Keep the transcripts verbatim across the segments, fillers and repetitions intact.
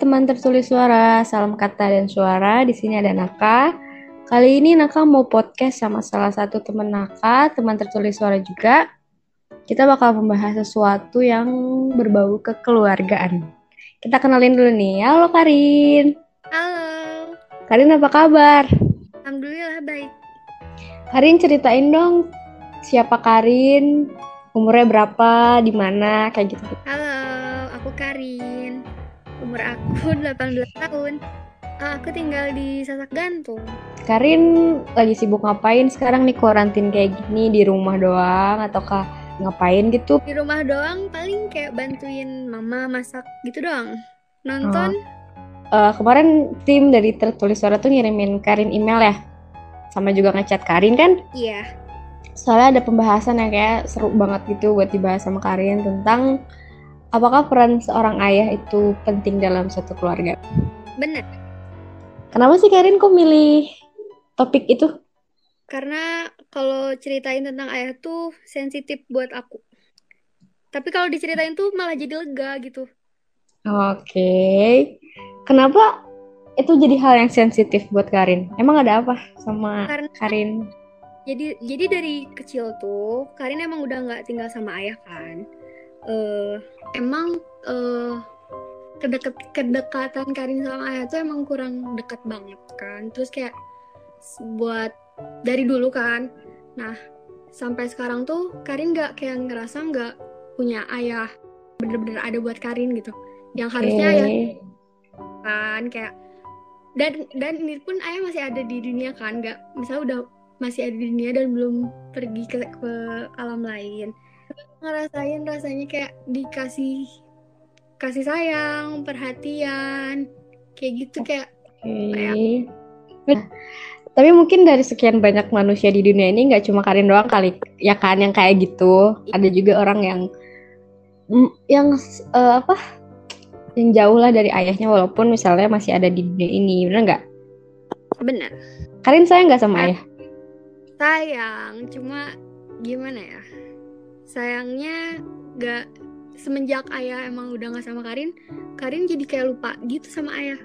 teman tertulis suara, salam kata dan suara. Di sini ada Naka. Kali ini Naka mau podcast sama salah satu teman Naka, teman tertulis suara juga. Kita bakal membahas sesuatu yang berbau kekeluargaan. Kita kenalin dulu nih. Halo Karin. Halo, Karin apa kabar? alhamdulillah baik. Karin ceritain dong siapa Karin, umurnya berapa, di mana, kayak gitu. Halo, aku Karin. Umur aku delapan belas tahun. Ah, Aku tinggal di Sasak Gantung. Karin lagi sibuk ngapain sekarang nih kuarantin kayak gini, di rumah doang ataukah ngapain gitu? Di rumah doang paling kayak bantuin mama masak gitu doang. Nonton. Uh, kemarin tim dari tertulis suara tuh ngirimin Karin email ya, sama juga ngechat Karin kan? Iya, Soalnya ada pembahasan yang kayak seru banget gitu buat dibahas sama Karin tentang apakah peran seorang ayah itu penting dalam suatu keluarga. bener. Kenapa sih Karin kok milih topik itu? Karena kalau ceritain tentang ayah tuh sensitif buat aku. Tapi kalau diceritain tuh malah jadi lega gitu. Oke, kenapa itu jadi hal yang sensitif buat Karin? Emang ada apa sama Karena Karin? jadi jadi dari kecil tuh Karin emang udah nggak tinggal sama ayah kan. Eh emang eh kedeket kedekatan Karin sama ayah tuh emang kurang dekat banget kan. Terus kayak s- buat dari dulu kan. Nah, sampai sekarang tuh Karin nggak kayak ngerasa nggak punya ayah bener-bener ada buat Karin gitu. Yang harusnya ayah Oke. kan kayak dan dan ini pun ayah masih ada di dunia kan, nggak misalnya udah masih ada di dunia dan belum pergi ke, ke alam lain. Ngerasain rasanya kayak dikasih kasih sayang, perhatian, kayak gitu kayak kayak Oke. Tapi mungkin dari sekian banyak manusia di dunia ini nggak cuma Karin doang kali, ya kan yang kayak gitu. Ada juga orang yang mm, yang eh, apa? Yang jauh lah dari ayahnya walaupun misalnya masih ada di dunia ini, bener nggak? bener. Karin sayang nggak sama ayah? Sayang, cuma gimana ya? Sayangnya gak semenjak ayah emang udah gak sama Karin, Karin jadi kayak lupa gitu sama ayah.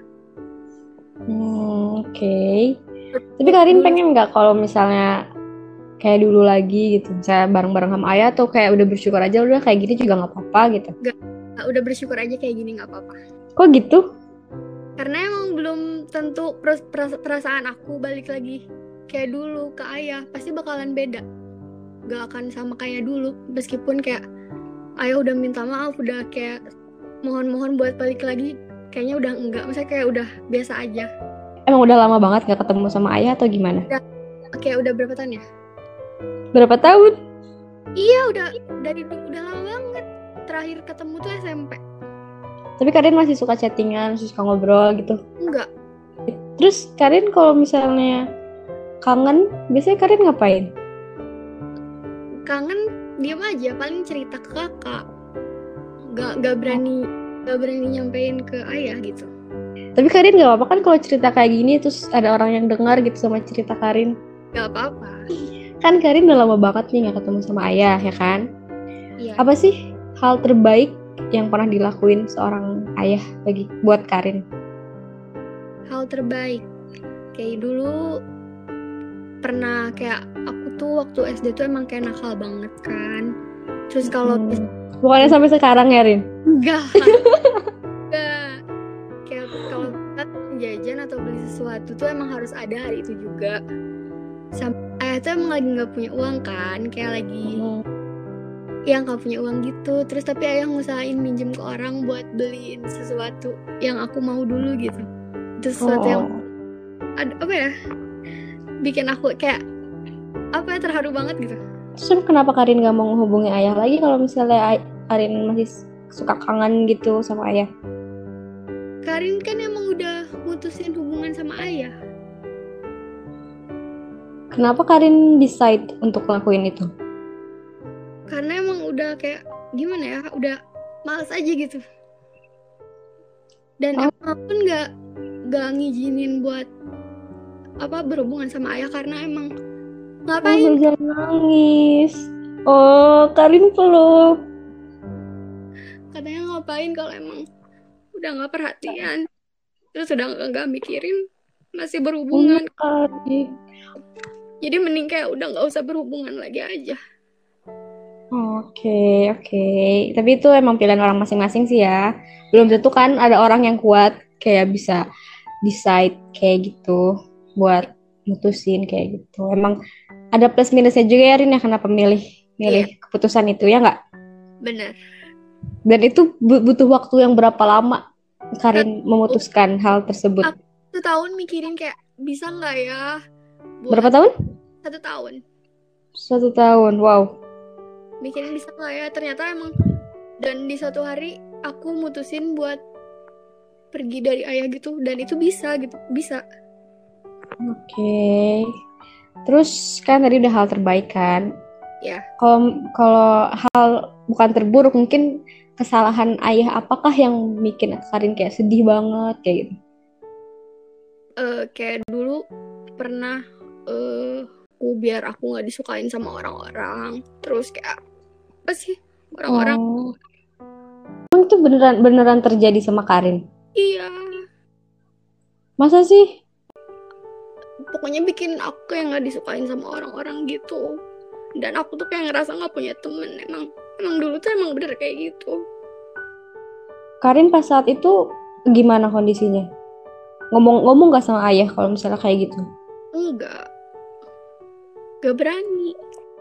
Hmm, Oke. Tapi Karin Dulu pengen nggak kalau misalnya kayak dulu lagi gitu, misalnya bareng-bareng sama ayah tuh kayak udah bersyukur aja udah kayak gini juga nggak apa-apa gitu. gak, udah bersyukur aja kayak gini nggak apa-apa. Kok gitu? Karena emang belum tentu pers- peras- perasaan aku balik lagi kayak dulu ke ayah pasti bakalan beda. Gak akan sama kayak dulu meskipun kayak ayah udah minta maaf, udah kayak mohon-mohon buat balik lagi, kayaknya udah enggak, misalnya kayak udah biasa aja. Emang udah lama banget nggak ketemu sama ayah atau gimana? Udah, kayak udah berapa tahun ya? Berapa tahun? Iya, udah dari udah lama banget. Terakhir ketemu tuh S M P. Tapi Karin masih suka chattingan, masih suka ngobrol gitu. Enggak, Terus Karin kalau misalnya kangen, biasanya Karin ngapain? kangen diam aja, paling cerita ke kakak. Gak gak berani gak berani nyampein ke ayah gitu. Tapi Karin nggak apa-apa kan kalau cerita kayak gini terus ada orang yang dengar gitu sama cerita Karin. Gak apa-apa. Kan Karin udah lama banget nih nggak ketemu sama ayah ya kan? Iya. Apa sih hal terbaik yang pernah dilakuin seorang ayah bagi buat Karin? Hal terbaik. Kayak dulu pernah kayak aku tuh waktu S D tuh emang kayak nakal banget kan. Terus kalau Hmm. Bukannya sampai sekarang ya Rin? enggak, enggak. Kayak kalau kita jajan atau beli sesuatu tuh emang harus ada hari itu juga. Sampai ayah tuh emang lagi nggak punya uang kan, kayak lagi Hmm. yang nggak punya uang gitu. Terus tapi ayah ngusahain minjem ke orang buat beliin sesuatu yang aku mau dulu gitu. Itu sesuatu yang Oh. ada apa ya? Bikin aku kayak apa ya, terharu banget gitu. Terus kenapa Karin gak mau menghubungi ayah lagi kalau misalnya ay- Karin masih suka kangen gitu sama ayah? Karin kan emang udah mutusin hubungan sama ayah. Kenapa Karin decide untuk ngelakuin itu? Karena emang udah kayak gimana ya, udah males aja gitu. Dan Oh. emang pun nggak nggak ngizinin buat apa berhubungan sama ayah karena emang Oh, ngapain jangan nangis. Oh, Karin peluk. katanya ngapain kalau emang udah nggak perhatian. terus udah nggak mikirin masih Oh, berhubungan. Karin. Jadi mending kayak udah nggak usah berhubungan lagi aja. Oke, oke. Tapi itu emang pilihan orang masing-masing sih ya. Belum tentu kan ada orang yang kuat kayak bisa decide kayak gitu buat mutusin kayak gitu. Emang ada plus minusnya juga ya Rin ya kenapa milih milih Iya, keputusan itu ya nggak? benar. Dan itu bu- butuh waktu yang berapa lama Karin Satu, memutuskan hal tersebut? aku satu tahun mikirin kayak bisa nggak ya Berapa buat tahun? satu tahun Satu tahun. Wow. mikirin bisa nggak ya, ternyata emang. Dan di suatu hari aku mutusin buat pergi dari ayah gitu, dan itu bisa gitu, bisa. Oke. Terus kan tadi udah hal terbaik kan? Ya, Kalau kalau hal bukan terburuk mungkin kesalahan ayah apakah yang bikin Karin kayak sedih banget kayak gitu? eh, kayak dulu pernah eh aku biar aku nggak disukain sama orang-orang, terus kayak apa sih orang-orang. Oh, emang itu beneran beneran terjadi sama Karin? Iya, Masa sih? pokoknya bikin aku kayak nggak disukain sama orang-orang gitu, dan aku tuh kayak ngerasa nggak punya temen. Emang emang dulu tuh emang bener kayak gitu. Karin pas saat itu gimana kondisinya? Ngomong-ngomong gak sama ayah kalau misalnya kayak gitu? Enggak, gak berani.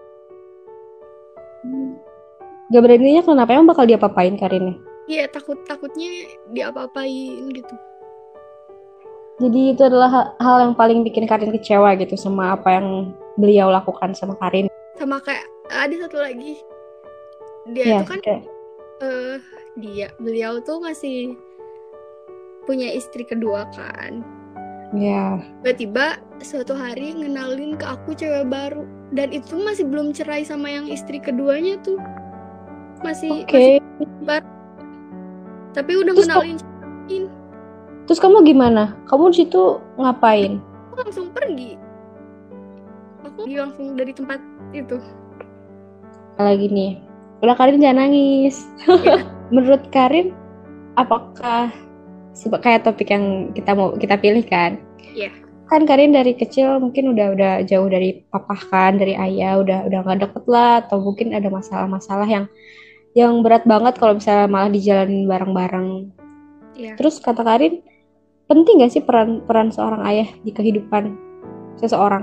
Gak beraninya kenapa? Emang bakal diapa-apain Karinnya? Iya, takut takutnya diapa-apain gitu. Jadi itu adalah ha- hal yang paling bikin Karin kecewa gitu sama apa yang beliau lakukan sama Karin. Sama kayak ada satu lagi, dia Ya, itu kan kayak eh dia beliau tuh masih punya istri kedua kan. ya. Tiba-tiba suatu hari ngenalin ke aku cewek baru, dan itu masih belum cerai sama yang istri keduanya tuh, masih masih Oke. baru, tapi udah Terus kok ngenalin. terus kamu gimana? Kamu di situ ngapain? Aku langsung pergi, aku pergi langsung dari tempat itu. Lagi nih. Udah Karin jangan nangis. Ya, Menurut Karin, apakah sebe- kayak topik yang kita mau kita pilih kan? ya, Kan Karin dari kecil mungkin udah udah jauh dari papa kan, dari ayah, udah udah nggak deket lah, atau mungkin ada masalah-masalah yang yang berat banget kalau misalnya malah dijalanin bareng-bareng. ya. Terus kata Karin, penting gak sih peran peran seorang ayah di kehidupan seseorang?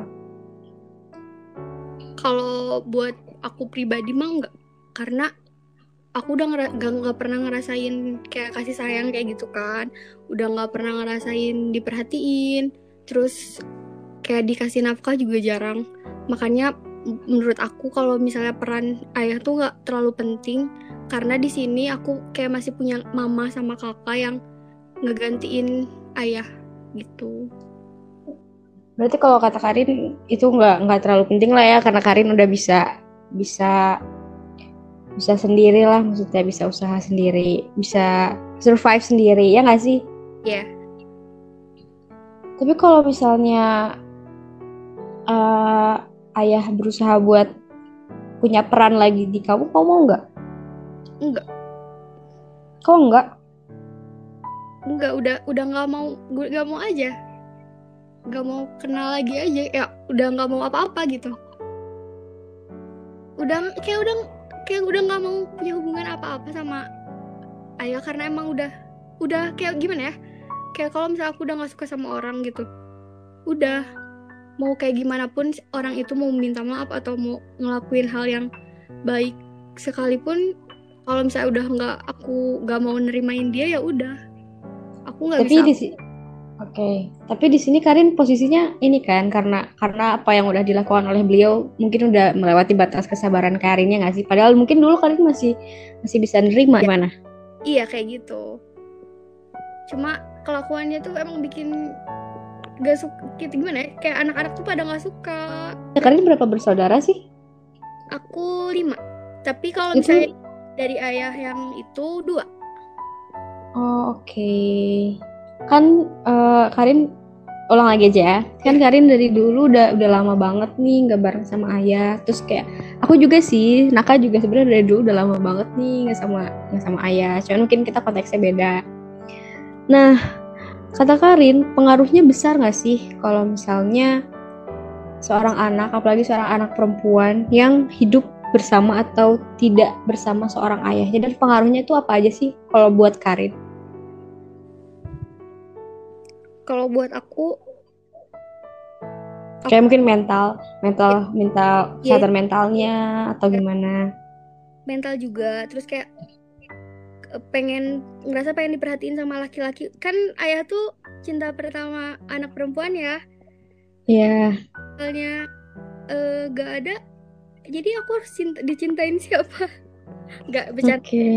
Kalau buat aku pribadi mah enggak, karena aku udah ngera- gak, nggak pernah ngerasain kayak kasih sayang kayak gitu kan, udah nggak pernah ngerasain diperhatiin, terus kayak dikasih nafkah juga jarang. Makanya m- menurut aku kalau misalnya peran ayah tuh nggak terlalu penting, karena di sini aku kayak masih punya mama sama kakak yang ngegantiin ayah gitu. Berarti kalau kata Karin itu nggak nggak terlalu penting lah ya karena Karin udah bisa bisa bisa sendiri lah maksudnya bisa usaha sendiri bisa survive sendiri ya nggak sih? Ya, Tapi kalau misalnya eh, ayah berusaha buat punya peran lagi di kamu, kamu mau nggak? enggak, Kamu nggak? enggak, udah udah nggak mau, gue nggak mau aja, nggak mau kenal lagi aja, ya udah nggak mau apa-apa gitu. Udah kayak udah kayak udah nggak mau punya hubungan apa-apa sama ayah, karena emang udah udah kayak gimana ya, kayak kalau misalnya aku udah nggak suka sama orang gitu, udah mau kayak gimana pun orang itu mau minta maaf atau mau ngelakuin hal yang baik sekalipun, kalau misalnya udah nggak, aku nggak mau nerimain dia, ya udah aku nggak Tapi bisa. di sini, oke. Tapi di sini Karin posisinya ini kan karena karena apa yang udah dilakukan oleh beliau mungkin udah melewati batas kesabaran Karinnya nggak sih? Padahal mungkin dulu Karin masih masih bisa nerima gimana? Iya kayak gitu, cuma kelakuannya tuh emang bikin gak suka gitu, gimana ya, kayak anak-anak tuh pada nggak suka. Karin berapa bersaudara sih? Aku lima, tapi kalau Itu misalnya dari ayah yang itu dua. oh, oke. Kan eh, Karin ulang lagi aja ya. Kan Karin dari dulu udah udah lama banget nih nggak bareng sama ayah. Terus kayak aku juga sih, Naka juga sebenarnya dari dulu udah lama banget nih nggak sama nggak sama ayah. Cuman mungkin kita konteksnya beda. Nah, kata Karin, pengaruhnya besar nggak sih kalau misalnya seorang anak, apalagi seorang anak perempuan yang hidup bersama atau tidak bersama seorang ayahnya, dan pengaruhnya itu apa aja sih kalau buat Karin? Kalau buat aku, Kayak mungkin mental, mental, mental, ya, kesehatan mentalnya atau gimana? mental juga. Terus kayak eh, pengen ngerasa pengen diperhatiin sama laki-laki. Kan ayah tuh cinta pertama anak perempuan ya. Iya. Misalnya eh, gak ada, jadi aku harus cinta, dicintain siapa? Gak bercanda. Oke.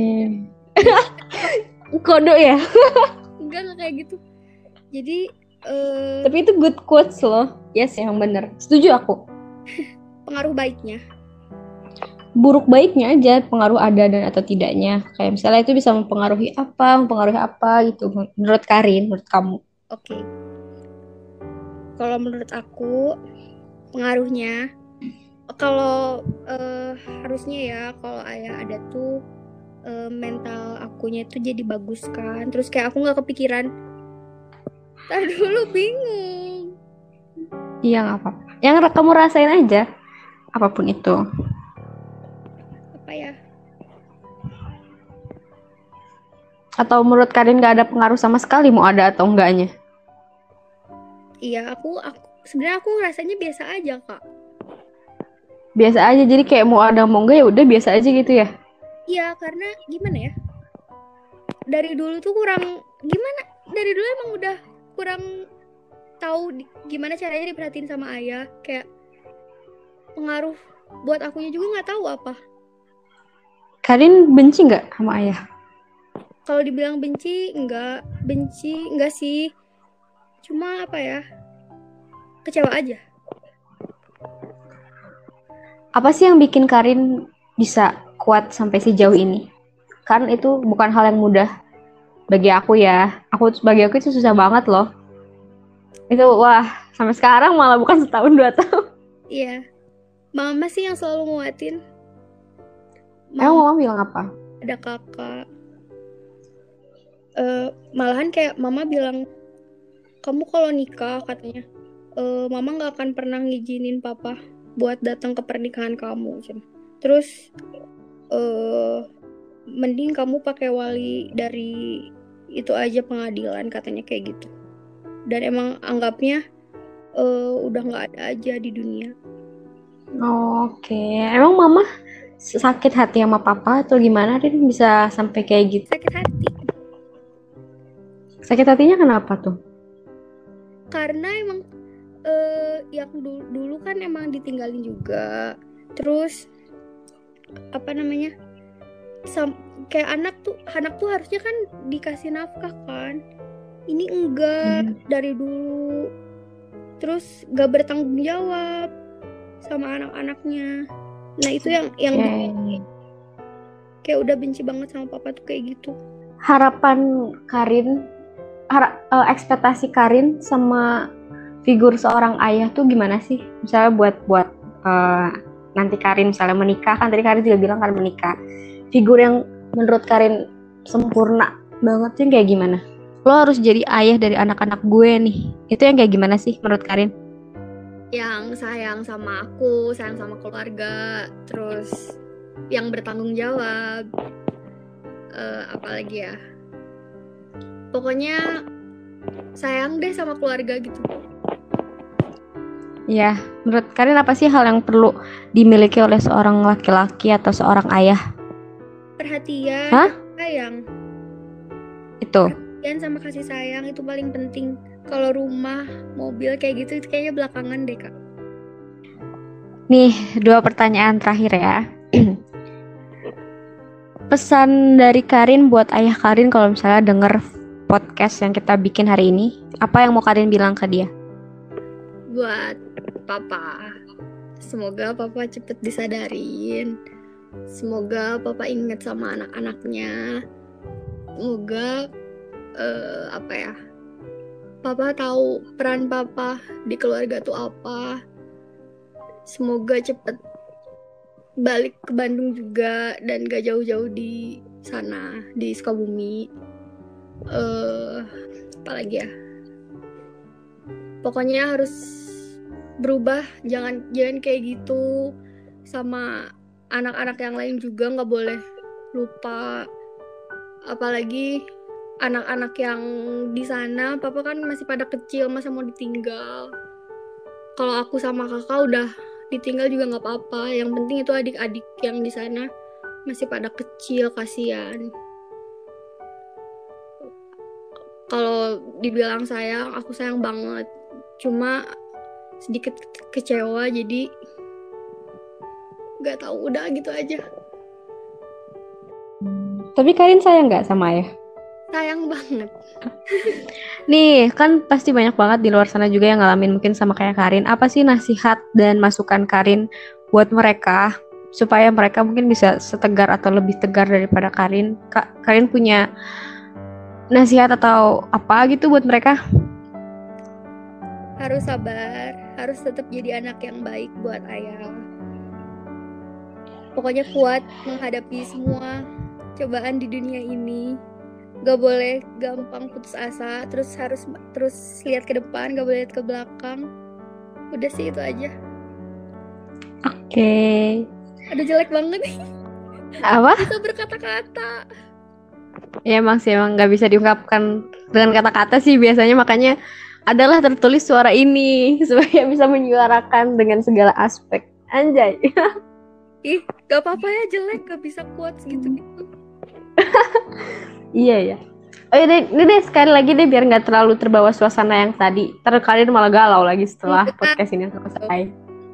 Kode ya. Enggak, enggak kayak gitu. Jadi eh, Tapi itu good quotes loh. Yes, yang bener. Setuju aku. pengaruh baiknya. Buruk baiknya aja pengaruh ada dan atau tidaknya. Kayak misalnya itu bisa mempengaruhi apa, mempengaruhi apa gitu. Menurut Karin, menurut kamu. Oke. Kalau menurut aku pengaruhnya, kalau eh, harusnya ya kalau ayah ada tuh eh, mental akunya itu jadi bagus kan. Terus kayak aku nggak kepikiran. Ntar dulu bingung. Iya, nggak apa-apa. Yang ra- kamu rasain aja, apapun itu. Apa ya? Atau menurut Karin nggak ada pengaruh sama sekali, mau ada atau enggaknya? Iya, aku aku sebenarnya aku rasanya biasa aja, Kak. Biasa aja, jadi kayak mau ada mau enggak ya udah biasa aja gitu ya. Iya, karena gimana ya? Dari dulu tuh kurang gimana? Dari dulu emang udah kurang tahu di- gimana caranya diperhatiin sama ayah. Kayak pengaruh buat akunya juga nggak tahu apa. Karin benci nggak sama ayah? Kalau dibilang benci, enggak. Benci, enggak sih. Cuma apa ya? Kecewa aja. Apa sih yang bikin Karin bisa kuat sampai sejauh ini? Kan itu bukan hal yang mudah bagi aku ya. Aku bagi aku itu susah banget loh. Itu wah, sampai sekarang malah bukan setahun dua tahun. Iya. Mama sih yang selalu nguatin. Emang Mama, mama bilang apa? ada kakak. Eh, malahan kayak mama bilang, kamu kalau nikah katanya, eh, mama nggak akan pernah ngizinin papa buat datang ke pernikahan kamu. Cen. Terus eh, mending kamu pakai wali dari itu aja pengadilan katanya kayak gitu. Dan emang anggapnya eh, udah nggak ada aja di dunia. Oke, emang mama sakit hati sama papa atau gimana Rin bisa sampai kayak gitu? Sakit hati Sakit hatinya kenapa tuh? karena emang eh, yang dulu, dulu kan emang ditinggalin juga. Terus apa namanya? Sam- kayak anak tuh anak tuh harusnya kan dikasih nafkah kan. Ini enggak Hmm. dari dulu. Terus gak bertanggung jawab sama anak-anaknya. Nah itu yang yang Oke. kayak udah benci banget sama papa tuh kayak gitu. Harapan Karin, hara- eh, ekspektasi Karin sama figur seorang ayah tuh gimana sih? Misalnya buat buat eh, nanti Karin misalnya menikah, kan tadi Karin juga bilang kan menikah. Figur yang menurut Karin sempurna banget sih kayak gimana? Lo harus jadi ayah dari anak-anak gue nih. Itu yang kayak gimana sih menurut Karin? Yang sayang sama aku, sayang sama keluarga, terus yang bertanggung jawab. Eh, apalagi ya? Pokoknya sayang deh sama keluarga gitu. Ya, menurut Karin apa sih hal yang perlu dimiliki oleh seorang laki-laki atau seorang ayah? Perhatian, Hah? sayang. Itu. Perhatian sama kasih sayang itu paling penting. Kalau rumah, mobil kayak gitu itu kayaknya belakangan deh, Kak. Nih, dua pertanyaan terakhir ya. Pesan dari Karin buat ayah Karin kalau misalnya denger podcast yang kita bikin hari ini, apa yang mau Karin bilang ke dia? Buat papa, semoga papa cepet disadarin. Semoga papa inget sama anak-anaknya. Semoga eh, apa ya, papa tahu peran papa di keluarga tuh apa. Semoga cepet balik ke Bandung juga dan gak jauh-jauh di sana, di Sukabumi. Eh, apalagi ya, Pokoknya harus berubah, jangan jangan kayak gitu sama anak-anak yang lain juga, nggak boleh lupa. Apalagi anak-anak yang di sana, papa kan masih pada kecil, masa mau ditinggal. Kalau aku sama kakak udah ditinggal juga nggak apa-apa. Yang penting itu adik-adik yang di sana masih pada kecil, kasihan. Kalau dibilang sayang, aku sayang banget. Cuma sedikit kecewa, jadi nggak tahu, udah gitu aja. Tapi Karin sayang nggak sama ayah? Sayang banget. Nih, kan pasti banyak banget di luar sana juga yang ngalamin mungkin sama kayak Karin. Apa sih nasihat dan masukan Karin buat mereka supaya mereka mungkin bisa setegar atau lebih tegar daripada Karin? Kak, Karin punya nasihat atau apa gitu buat mereka? Harus sabar, harus tetap jadi anak yang baik buat ayah. Pokoknya kuat menghadapi semua cobaan di dunia ini. Gak boleh gampang putus asa, terus harus terus lihat ke depan, gak boleh lihat ke belakang. Udah sih itu aja. Oke. Okay. Aduh, jelek banget nih. Apa? Bisa berkata-kata. Ya emang sih, emang gak bisa diungkapkan dengan kata-kata sih biasanya, makanya adalah tertulis suara ini supaya bisa menyuarakan dengan segala aspek. Anjay. Ih, gak apa-apa ya jelek, gak bisa kuat segitu-gitu. Iya ya. Oh iya deh, ini deh sekali lagi deh biar nggak terlalu terbawa suasana yang tadi. Ntar kalian malah galau lagi setelah Enggak. podcast ini selesai.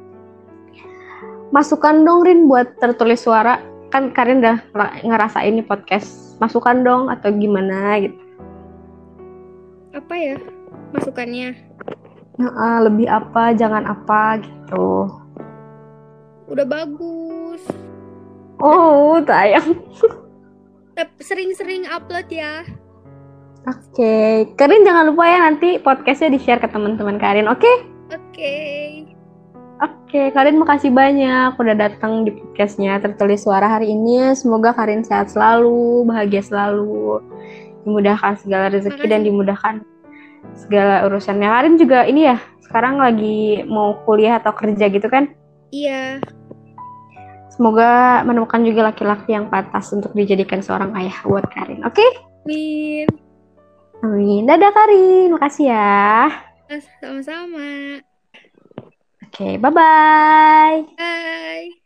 Masukan dong Rin buat tertulis suara. Kan Karin udah ngerasain nih podcast. Masukan dong atau gimana gitu. Apa ya masukannya? Nah, lebih apa, jangan apa gitu. Udah bagus. Oh, sayang. Sering-sering upload ya. Oke, okay. Karin jangan lupa ya nanti podcastnya di-share ke teman-teman Karin, oke? Okay? Oke. Okay. Oke, okay. Karin makasih banyak udah datang di podcastnya Tertulis Suara hari ini. Semoga Karin sehat selalu, bahagia selalu, dimudahkan segala rezeki makasih. Dan dimudahkan segala urusannya. Karin juga ini ya, sekarang lagi mau kuliah atau kerja gitu kan? Iya. Semoga menemukan juga laki-laki yang pantas untuk dijadikan seorang ayah buat Karin, oke? Okay? Amin. Amin. Dadah Karin, makasih ya. Sama-sama. Oke, okay, bye-bye. Bye.